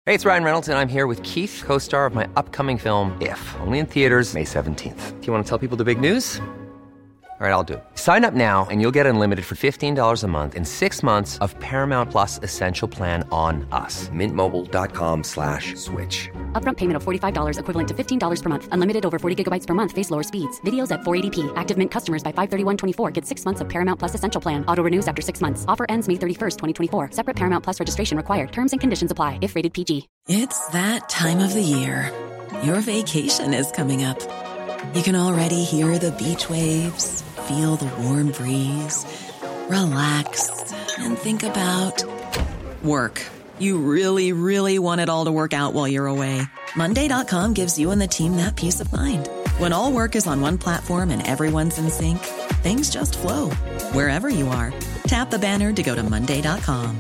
Hey, it's Ryan Reynolds, and I'm here with Keith, co-star of my upcoming film, If, only in theaters May 17th. Do you want to tell people the big news? All right, I'll do it. Sign up now and you'll get unlimited for $15 a month and 6 months of Paramount Plus Essential Plan on us. Mintmobile.com/switch. Upfront payment of $45 equivalent to $15 per month. Unlimited over 40 gigabytes per month. Face lower speeds. Videos at 480p. Active Mint customers by 531.24 get 6 months of Paramount Plus Essential Plan. Auto renews after 6 months. Offer ends May 31st, 2024. Separate Paramount Plus registration required. Terms and conditions apply if rated PG. It's that time of the year. Your vacation is coming up. You can already hear the beach waves, feel the warm breeze, relax, and think about work. You really, really want it all to work out while you're away. Monday.com gives you and the team that peace of mind. When all work is on one platform and everyone's in sync, things just flow. Wherever you are, tap the banner to go to Monday.com.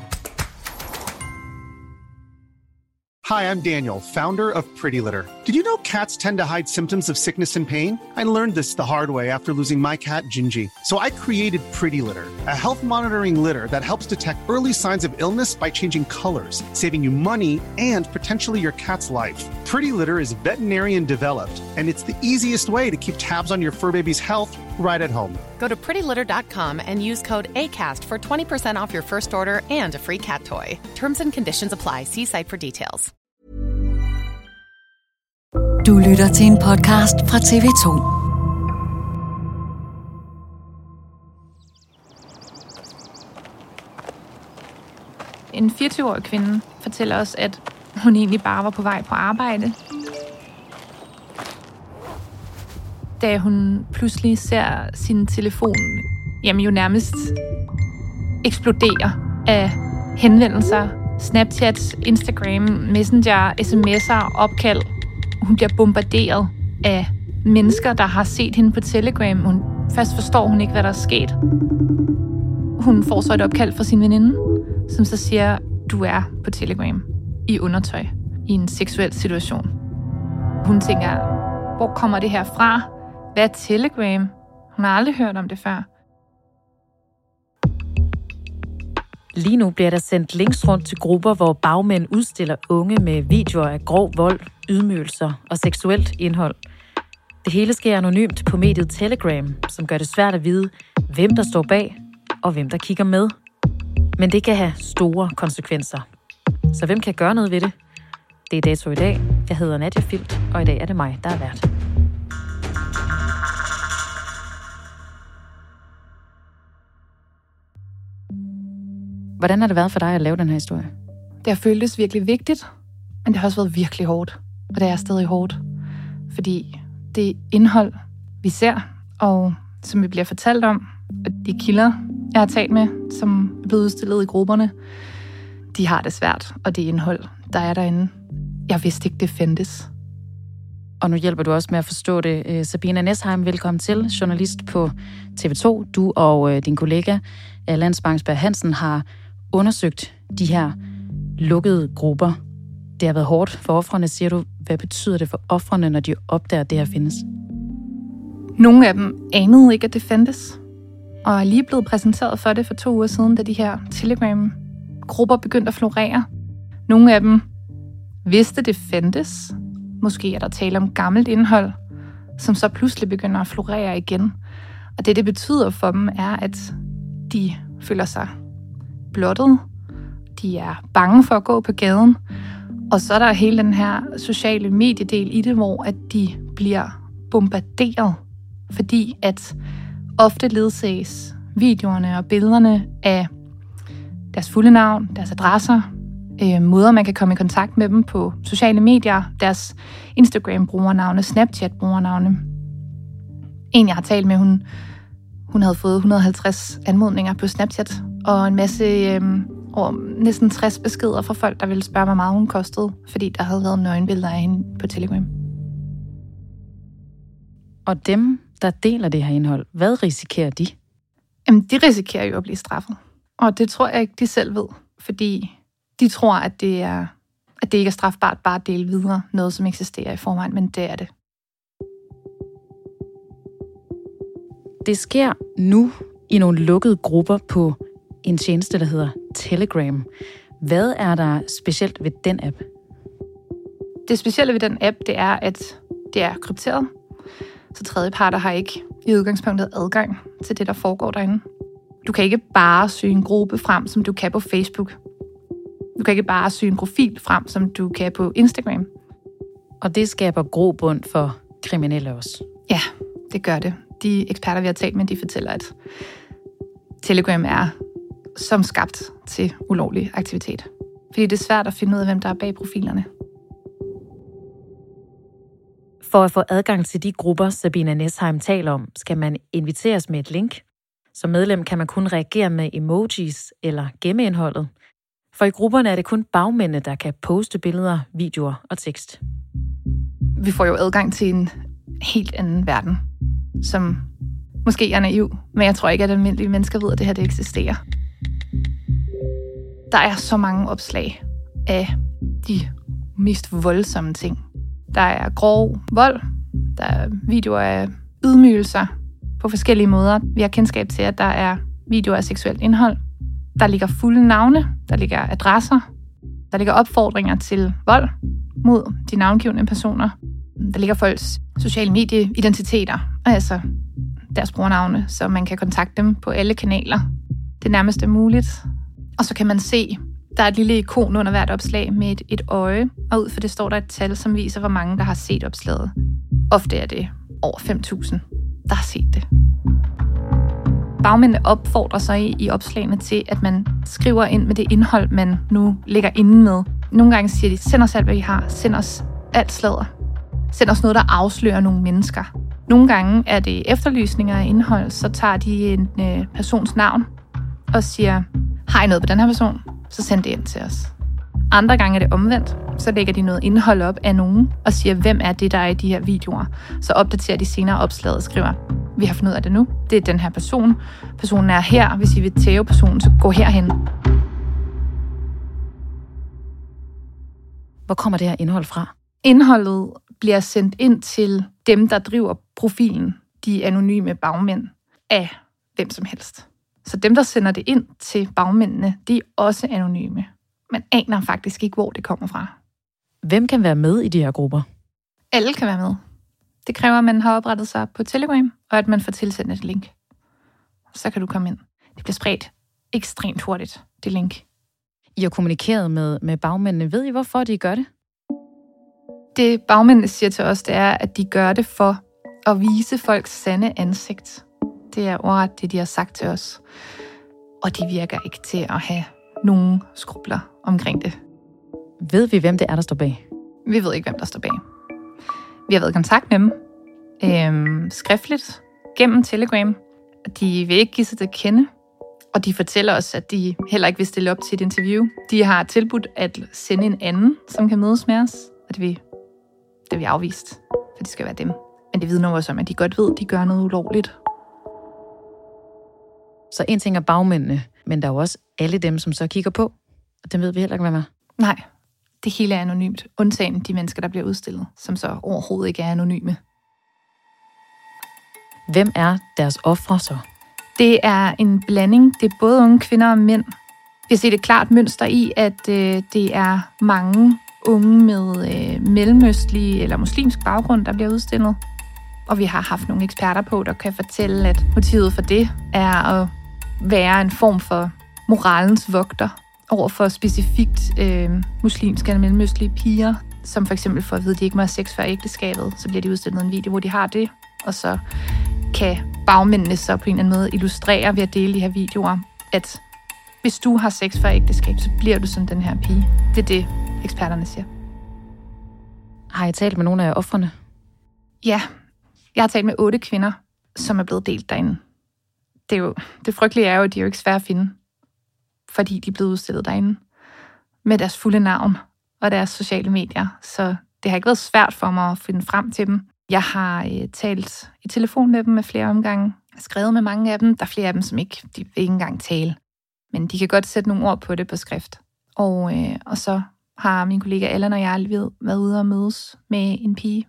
Hi, I'm Daniel, founder of Pretty Litter. Did you know cats tend to hide symptoms of sickness and pain? I learned this the hard way after losing my cat, Gingy. So I created Pretty Litter, a health monitoring litter that helps detect early signs of illness by changing colors, saving you money and potentially your cat's life. Pretty Litter is veterinarian developed, and it's the easiest way to keep tabs on your fur baby's health right at home. Go to prettylitter.com and use code ACAST for 20% off your first order and a free cat toy. Terms and conditions apply. See site for details. Du lytter til en podcast fra TV2. En 24-årig kvinde fortæller os, at hun egentlig bare var på vej på arbejde, da hun pludselig ser sin telefon jo nærmest eksplodere af henvendelser, Snapchat, Instagram, Messenger, sms'er, opkald. Hun bliver bombarderet af mennesker, der har set hende på Telegram. Først forstår hun ikke, hvad der er sket. Hun får så et opkald fra sin veninde, som så siger, du er på Telegram i undertøj i en seksuel situation. Hun tænker, hvor kommer det her fra? Hvad er Telegram? Hun har aldrig hørt om det før. Lige nu bliver der sendt links rundt til grupper, hvor bagmænd udstiller unge med videoer af grov vold, ydmygelser og seksuelt indhold. Det hele sker anonymt på mediet Telegram, som gør det svært at vide, hvem der står bag og hvem der kigger med. Men det kan have store konsekvenser. Så hvem kan gøre noget ved det? Det er Dato i dag. Jeg hedder Nadia Filt, og i dag er det mig, der er vært. Hvordan har det været for dig at lave den her historie? Det har føltes virkelig vigtigt, men det har også været virkelig hårdt. Og det er stadig hårdt. Fordi det indhold, vi ser, og som vi bliver fortalt om, og de kilder, jeg har talt med, som er blevet udstillet i grupperne, de har det svært, og det indhold, der er derinde. Jeg vidste ikke, det fandtes. Og nu hjælper du også med at forstå det. Sabina Nesheim, velkommen til, journalist på TV2. Du og din kollega, Lance Bangsberg Hansen, har undersøgt de her lukkede grupper. Det har været hårdt for ofrene, siger du. Hvad betyder det for ofrene, når de opdager, at det her findes? Nogle af dem anede ikke, at det fandtes, og er lige blevet præsenteret for det for 2 uger siden, da de her Telegram-grupper begyndte at florere. Nogle af dem vidste, det fandtes. Måske er der tale om gammelt indhold, som så pludselig begynder at florere igen. Og det betyder for dem, er, at de føler sig blottet. De er bange for at gå på gaden. Og så er der hele den her sociale mediedel i det, hvor at de bliver bombarderet. Fordi at ofte ledsages videoerne og billederne af deres fulde navn, deres adresser, måder, man kan komme i kontakt med dem på sociale medier, deres Instagram-brugernavne, Snapchat-brugernavne. En, jeg har talt med, hun havde fået 150 anmodninger på Snapchat, og en masse, næsten 60 beskeder fra folk, der ville spørge, hvor meget hun kostede, fordi der havde været nøgenbilleder af hende på Telegram. Og dem, der deler det her indhold, hvad risikerer de? Jamen, de risikerer jo at blive straffet. Og det tror jeg ikke, de selv ved, fordi de tror, at det ikke er strafbart bare at dele videre noget, som eksisterer i forvejen, men det er det. Det sker nu i nogle lukkede grupper på en tjeneste, der hedder Telegram. Hvad er der specielt ved den app? Det specielle ved den app, det er, at det er krypteret. Så tredjeparter har ikke i udgangspunktet adgang til det, der foregår derinde. Du kan ikke bare søge en gruppe frem, som du kan på Facebook. Du kan ikke bare søge en profil frem, som du kan på Instagram. Og det skaber grobund for kriminelle også. Ja, det gør det. De eksperter, vi har talt med, de fortæller, at Telegram er som skabt til ulovlig aktivitet. Fordi det er svært at finde ud af, hvem der er bag profilerne. For at få adgang til de grupper, Sabina Nesheim taler om, skal man inviteres med et link. Som medlem kan man kun reagere med emojis eller gemme indholdet. For i grupperne er det kun bagmændene, der kan poste billeder, videoer og tekst. Vi får jo adgang til en helt anden verden, som måske er naiv, men jeg tror ikke, at almindelige mennesker ved, at det her det eksisterer. Der er så mange opslag af de mest voldsomme ting. Der er grov vold, der er videoer af ydmygelser på forskellige måder. Vi har kendskab til, at der er videoer af seksuelt indhold. Der ligger fulde navne, der ligger adresser, der ligger opfordringer til vold mod de navngivne personer. Der ligger folks sociale medieidentiteter, altså deres brugernavne, så man kan kontakte dem på alle kanaler. Det nærmest er muligt. Og så kan man se, der er et lille ikon under hvert opslag med et øje, og ud for det står der et tal, som viser, hvor mange der har set opslaget. Ofte er det over 5.000, der har set det. Bagmændene opfordrer sig i opslagene til, at man skriver ind med det indhold, man nu ligger inde med. Nogle gange siger de, send os alt, hvad I har. Send os alt sladder. Send os noget, der afslører nogle mennesker. Nogle gange er det efterlysninger af indhold, så tager de en persons navn og siger, har I noget på den her person? Så send det ind til os. Andre gange er det omvendt. Så lægger de noget indhold op af nogen og siger, hvem er det, der er i de her videoer. Så opdaterer de senere opslaget og skriver, vi har fundet ud af det nu. Det er den her person. Personen er her. Hvis I vil tæve personen, så gå herhen. Hvor kommer det her indhold fra? Indholdet bliver sendt ind til dem, der driver profilen. De anonyme bagmænd af hvem som helst. Så dem, der sender det ind til bagmændene, de er også anonyme. Man aner faktisk ikke, hvor det kommer fra. Hvem kan være med i de her grupper? Alle kan være med. Det kræver, at man har oprettet sig på Telegram, og at man får tilsendt et link. Så kan du komme ind. Det bliver spredt ekstremt hurtigt, det link. I har kommunikeret med bagmændene. Ved I, hvorfor de gør det? Det bagmændene siger til os, det er, at de gør det for at vise folks sande ansigt. Det er ordret det, de har sagt til os. Og de virker ikke til at have nogen skrubler omkring det. Ved vi, hvem det er, der står bag? Vi ved ikke, hvem der står bag. Vi har været i kontakt med dem skriftligt gennem Telegram. De vil ikke give sig til at kende. Og de fortæller os, at de heller ikke vil stille op til et interview. De har tilbudt at sende en anden, som kan mødes med os. Og det er vi afvist, for det skal være dem. Men det vidner også om, at de godt ved, at de gør noget ulovligt. Så en ting er bagmændene, men der er jo også alle dem, som så kigger på. Og dem ved vi heller ikke, hvad med. Nej, det hele er anonymt. Undtagen de mennesker, der bliver udstillet, som så overhovedet ikke er anonyme. Hvem er deres ofre så? Det er en blanding. Det er både unge kvinder og mænd. Vi har set et klart mønster i, at det er mange unge med mellemøstlig eller muslimsk baggrund, der bliver udstillet. Og vi har haft nogle eksperter på, der kan fortælle, at motivet for det er at være en form for moralens vogter over for specifikt muslimske eller mellemøstlige piger, som for eksempel får at vide, at de ikke må have sex før ægteskabet. Så bliver de udstillet en video, hvor de har det, og så kan bagmændene så på en eller anden måde illustrere ved at dele de her videoer, at hvis du har sex før ægteskab, så bliver du som den her pige. Det er det, eksperterne siger. Har I talt med nogle af ofrene? Ja, jeg har talt med 8 kvinder, som er blevet delt derinde. Det frygtelige er jo, at de er jo ikke svære at finde, fordi de er blevet udstillet derinde med deres fulde navn og deres sociale medier. Så det har ikke været svært for mig at finde frem til dem. Jeg har talt i telefon med dem med flere omgange. Jeg har skrevet med mange af dem. Der er flere af dem, som de vil ikke engang tale. Men de kan godt sætte nogle ord på det på skrift. Og så har min kollega Allan og jeg været ude og mødes med en pige.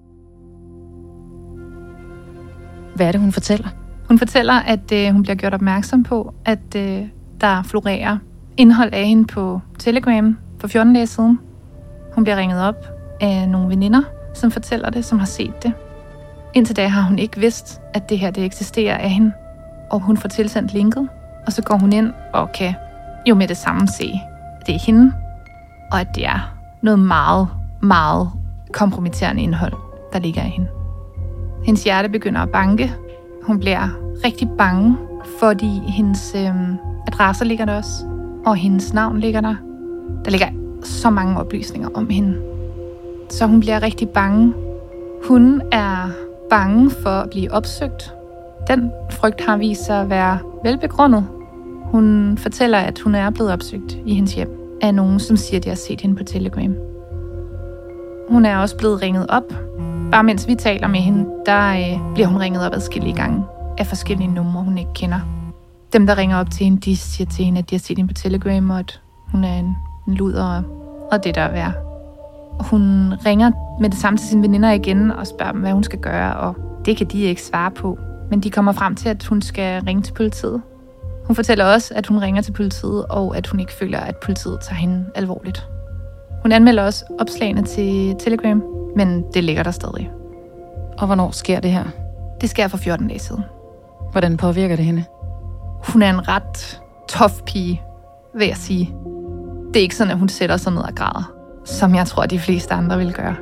Hvad er det, hun fortæller? Hun fortæller, at hun bliver gjort opmærksom på, at der florerer indhold af hende på Telegram for 14 dage siden. Hun bliver ringet op af nogle veninder, som fortæller det, som har set det. Indtil da har hun ikke vidst, at det her det eksisterer af hende. Og hun får tilsendt linket, og så går hun ind og kan jo med det samme se, at det er hende, og at det er noget meget, meget kompromitterende indhold, der ligger af hende. Hendes hjerte begynder at banke. Hun bliver rigtig bange, fordi hendes adresser ligger der også, og hendes navn ligger der. Der ligger så mange oplysninger om hende. Så hun bliver rigtig bange. Hun er bange for at blive opsøgt. Den frygt har vist sig at være velbegrundet. Hun fortæller, at hun er blevet opsøgt i hendes hjem af nogen, som siger, at de har set hende på Telegram. Hun er også blevet ringet op. Bare mens vi taler med hende, der bliver hun ringet op adskillige gange af forskellige numre, hun ikke kender. Dem, der ringer op til hende, de siger til hende, at de har set hende på Telegram, og at hun er en luder, og det der er værd. Hun ringer med det samme til sine veninder igen og spørger dem, hvad hun skal gøre, og det kan de ikke svare på. Men de kommer frem til, at hun skal ringe til politiet. Hun fortæller også, at hun ringer til politiet, og at hun ikke føler, at politiet tager hende alvorligt. Hun anmelder også opslagene til Telegram, men det ligger der stadig. Og hvornår sker det her? Det sker for 14 dage siden. Hvordan påvirker det hende? Hun er en ret tough pige, vil jeg sige. Det er ikke sådan, at hun sætter sig ned og græder, som jeg tror, de fleste andre vil gøre.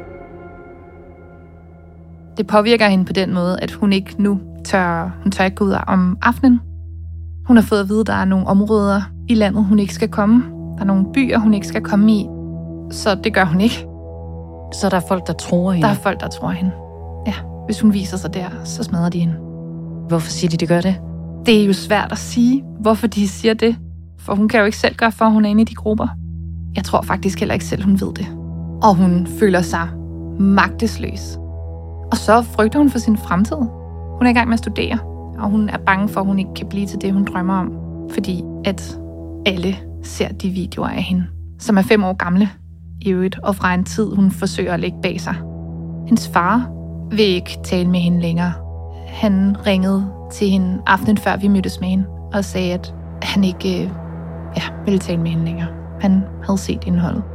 Det påvirker hende på den måde, at hun ikke nu tør ikke gå ud om aftenen. Hun har fået at vide, at der er nogle områder i landet, hun ikke skal komme. Der er nogle byer, hun ikke skal komme i. Så det gør hun ikke. Så der er folk, der tror hende? Der er folk, der tror hende. Ja, hvis hun viser sig der, så smadrer de hende. Hvorfor siger de gør det? Det er jo svært at sige, hvorfor de siger det. For hun kan jo ikke selv gøre for, at hun er inde i de grupper. Jeg tror faktisk heller ikke selv, hun ved det. Og hun føler sig magtesløs. Og så frygter hun for sin fremtid. Hun er i gang med at studere, og hun er bange for, at hun ikke kan blive til det, hun drømmer om. Fordi at alle ser de videoer af hende, som er 5 år gamle i øvrigt, og fra en tid, hun forsøger at lægge bag sig. Hendes far vil ikke tale med hende længere. Han ringede til hende aftenen før vi mødtes med hende, og sagde, at han ikke ville tale med hende længere. Han havde set indholdet.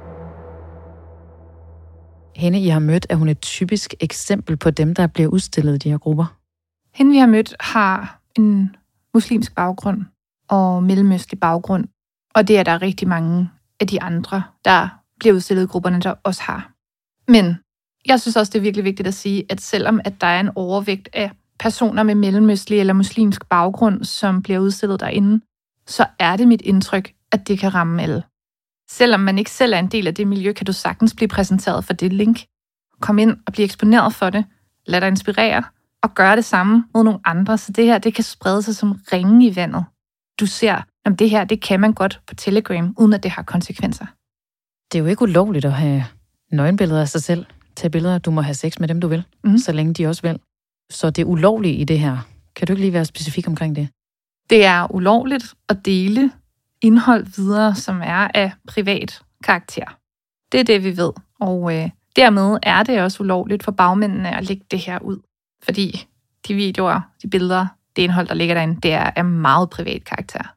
Hende, I har mødt, er hun et typisk eksempel på dem, der bliver udstillet i de her grupper? Hende, vi har mødt, har en muslimsk baggrund og mellemøstlig baggrund. Og det er der rigtig mange af de andre, der bliver udstillet i grupperne, der også har. Men jeg synes også, det er virkelig vigtigt at sige, at selvom at der er en overvægt af personer med mellemøstlig eller muslimsk baggrund, som bliver udstillet derinde, så er det mit indtryk, at det kan ramme alle. Selvom man ikke selv er en del af det miljø, kan du sagtens blive præsenteret for det link. Kom ind og blive eksponeret for det. Lad dig inspirere og gøre det samme mod nogle andre, så det her det kan sprede sig som ringe i vandet. Du ser, om det her det kan man godt på Telegram, uden at det har konsekvenser. Det er jo ikke ulovligt at have nøgenbilleder af sig selv. Tag billeder, du må have sex med dem, du vil, så længe de også vil. Så det er ulovligt i det her. Kan du ikke lige være specifik omkring det? Det er ulovligt at dele indhold videre, som er af privat karakter. Det er det, vi ved. Og dermed er det også ulovligt for bagmændene at lægge det her ud. Fordi de videoer, de billeder, det indhold, der ligger derinde, det er af meget privat karakter.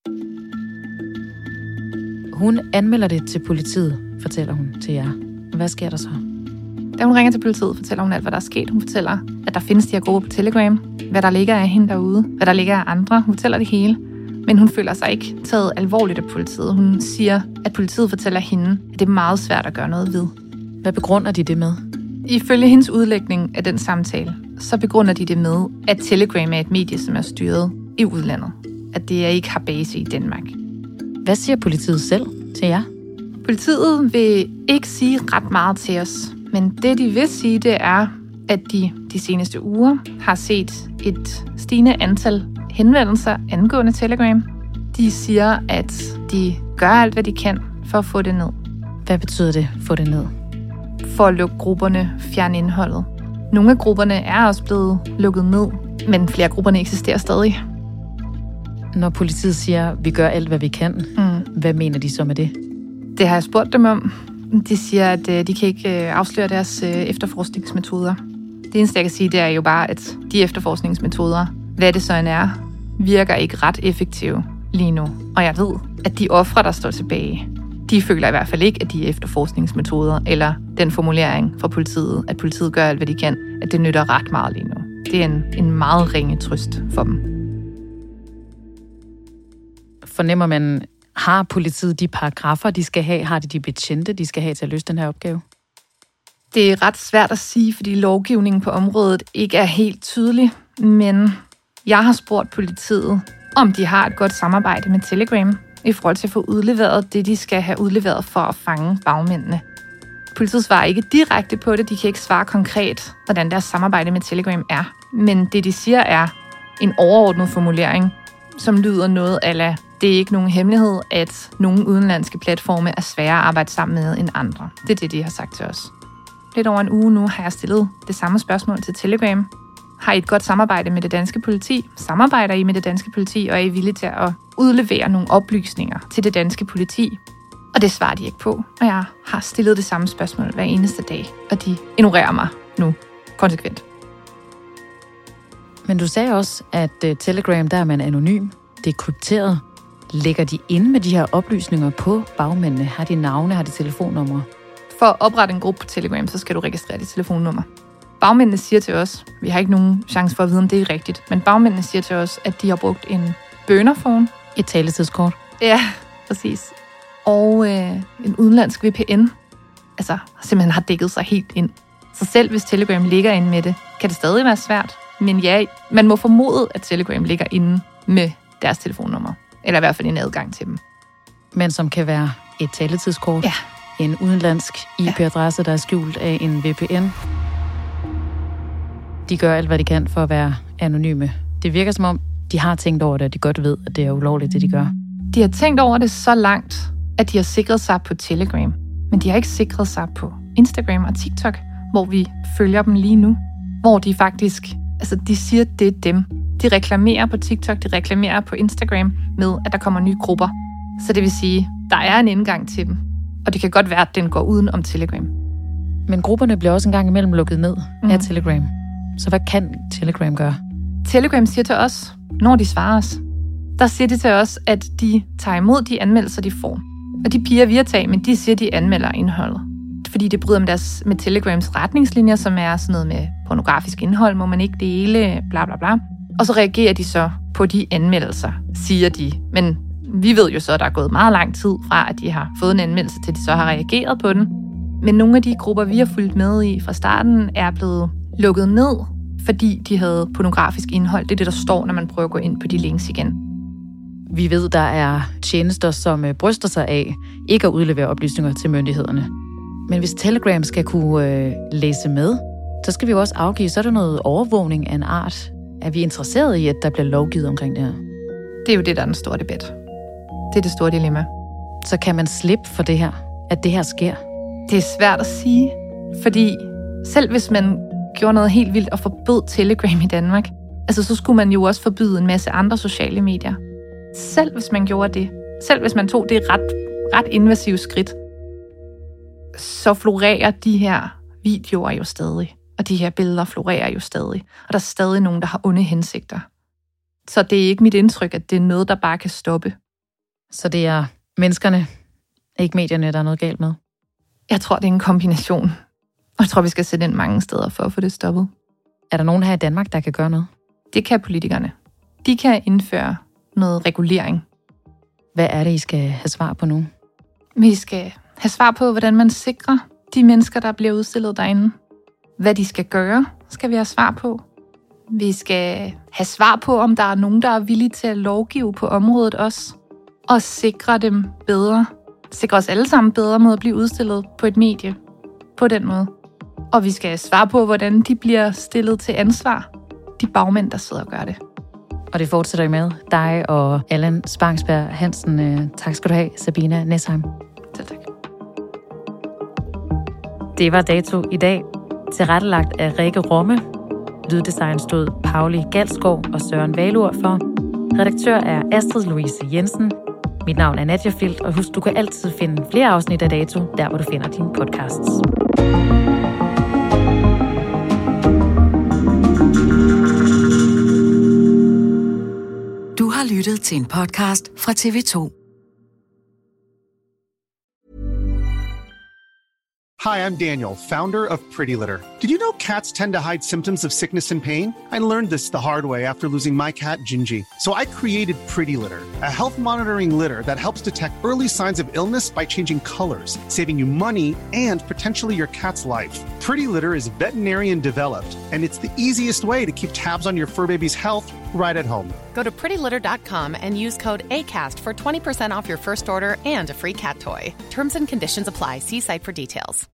Hun anmelder det til politiet, fortæller hun til jer. Hvad sker der så? Da hun ringer til politiet, fortæller hun alt, hvad der er sket. Hun fortæller, at der findes de her grupper på Telegram, hvad der ligger af hende derude, hvad der ligger af andre. Hun fortæller det hele, men hun føler sig ikke taget alvorligt af politiet. Hun siger, at politiet fortæller hende, at det er meget svært at gøre noget ved. Hvad begrunder de det med? Ifølge hendes udlægning af den samtale, så begrunder de det med, at Telegram er et medie, som er styret i udlandet. At det ikke har base i Danmark. Hvad siger politiet selv til jer? Politiet vil ikke sige ret meget til os, men det, de vil sige, det er, at de seneste uger har set et stigende antal henvendelser angående Telegram. De siger, at de gør alt, hvad de kan for at få det ned. Hvad betyder det, få det ned? For at lukke grupperne, fjerne indholdet. Nogle af grupperne er også blevet lukket ned, men flere af grupperne eksisterer stadig. Når politiet siger, at vi gør alt, hvad vi kan, hvad mener de så med det? Det har jeg spurgt dem om. De siger, at de kan ikke afsløre deres efterforskningsmetoder. Det eneste, jeg kan sige, det er jo bare, at de efterforskningsmetoder, hvad det så end virker ikke ret effektive lige nu. Og jeg ved, at de ofre, der står tilbage, De føler i hvert fald ikke, at de efterforskningsmetoder eller den formulering fra politiet, at politiet gør alt, hvad de kan, at det nytter ret meget lige nu. Det er en meget ringe trøst for dem. Fornemmer man, har politiet de paragrafer, de skal have? Har de betjente, de skal have til at løse den her opgave? Det er ret svært at sige, fordi lovgivningen på området ikke er helt tydelig, men jeg har spurgt politiet, om de har et godt samarbejde med Telegram i forhold til at få udleveret det, de skal have udleveret for at fange bagmændene. Politiet svarer ikke direkte på det, de kan ikke svare konkret, hvordan deres samarbejde med Telegram er. Men det, de siger, er en overordnet formulering, som lyder noget a la, det er ikke nogen hemmelighed, at nogle udenlandske platforme er svære at arbejde sammen med end andre. Det er det, de har sagt til os. Lidt over en uge nu har jeg stillet det samme spørgsmål til Telegram. Har I et godt samarbejde med det danske politi? Samarbejder I med det danske politi, og er I villige til at udlevere nogle oplysninger til det danske politi? Og det svarer de ikke på, og jeg har stillet det samme spørgsmål hver eneste dag, og de ignorerer mig nu konsekvent. Men du sagde også, at Telegram, der er man anonym, det er krypteret. Lægger de inde med de her oplysninger på bagmændene? Har de navne, har de telefonnumre? For at oprette en gruppe på Telegram, så skal du registrere dit telefonnummer. Bagmændene siger til os, vi har ikke nogen chance for at vide, om det er rigtigt, men bagmændene siger til os, at de har brugt en burnerphone. Et taletidskort. Ja, præcis. Og en udenlandsk VPN. Altså, simpelthen har dækket sig helt ind. Så selv hvis Telegram ligger inde med det, kan det stadig være svært. Men ja, man må formode, at Telegram ligger inde med deres telefonnummer. Eller i hvert fald en adgang til dem. Men som kan være et taletidskort. Ja. En udenlandsk IP-adresse, der er skjult af en VPN. De gør alt, hvad de kan for at være anonyme. Det virker som om, de har tænkt over det, og de godt ved, at det er ulovligt, det de gør. De har tænkt over det så langt, at de har sikret sig på Telegram. Men de har ikke sikret sig på Instagram og TikTok, hvor vi følger dem lige nu. Hvor de faktisk, de siger, at det er dem. De reklamerer på TikTok, de reklamerer på Instagram med, at der kommer nye grupper. Så det vil sige, der er en indgang til dem. Og det kan godt være, at den går uden om Telegram. Men grupperne bliver også en gang imellem lukket ned af Telegram. Så hvad kan Telegram gøre? Telegram siger til os, når de svarer os, der siger de til os, at de tager imod de anmeldelser, de får. Og de piger vi har taget, men de siger, at de anmelder indholdet. Fordi det bryder med Telegrams retningslinjer, som er sådan noget med pornografisk indhold, må man ikke dele, bla bla bla. Og så reagerer de så på de anmeldelser, siger de. Men vi ved jo så, at der er gået meget lang tid fra, at de har fået en anmeldelse, til de så har reageret på den. Men nogle af de grupper, vi har fulgt med i fra starten, er blevet lukket ned, fordi de havde pornografisk indhold. Det er det, der står, når man prøver at gå ind på de links igen. Vi ved, der er tjenester, som bryster sig af ikke at udlevere oplysninger til myndighederne. Men hvis Telegram skal kunne læse med, så skal vi jo også afgive, så er der noget overvågning af en art. Er vi interesseret i, at der bliver lovgivet omkring det her? Det er jo det, der er den store debat. Det er det store dilemma. Så kan man slippe for det her, at det her sker? Det er svært at sige, fordi selv hvis man gjorde noget helt vildt og forbød Telegram i Danmark, så skulle man jo også forbyde en masse andre sociale medier. Selv hvis man gjorde det, selv hvis man tog det ret invasive skridt, så florerer de her videoer jo stadig, og de her billeder florerer jo stadig, og der er stadig nogen, der har onde hensigter. Så det er ikke mit indtryk, at det er noget, der bare kan stoppe. Så det er menneskerne, ikke medierne, der er noget galt med? Jeg tror, det er en kombination. Og jeg tror, vi skal sætte ind mange steder for at få det stoppet. Er der nogen her i Danmark, der kan gøre noget? Det kan politikerne. De kan indføre noget regulering. Hvad er det, I skal have svar på nu? Vi skal have svar på, hvordan man sikrer de mennesker, der bliver udstillet derinde. Hvad de skal gøre, skal vi have svar på. Vi skal have svar på, om der er nogen, der er villige til at lovgive på området også. Og sikre dem bedre. Sikre os alle sammen bedre mod at blive udstillet på et medie. På den måde. Og vi skal svare på, hvordan de bliver stillet til ansvar. De bagmænd, der sidder og gør det. Og det fortsætter I med dig og Allan Spangsberg Hansen. Tak skal du have, Sabina Nesheim. Selv tak. Det var Dato i dag. Tilrettelagt af Rikke Romme. Lyddesign stod Pauli Galsgaard og Søren Valur for. Redaktør er Astrid Louise Jensen. Mit navn er Nadia Filt, og husk, du kan altid finde flere afsnit af Dato, der hvor du finder dine podcasts. Du har lyttet til en podcast fra TV2. Hi, I'm Daniel, founder of Pretty Litter. Did you know cats tend to hide symptoms of sickness and pain? I learned this the hard way after losing my cat, Gingy. So I created Pretty Litter, a health monitoring litter that helps detect early signs of illness by changing colors, saving you money and potentially your cat's life. Pretty Litter is veterinarian developed, and it's the easiest way to keep tabs on your fur baby's health right at home. Go to prettylitter.com and use code ACAST for 20% off your first order and a free cat toy. Terms and conditions apply. See site for details.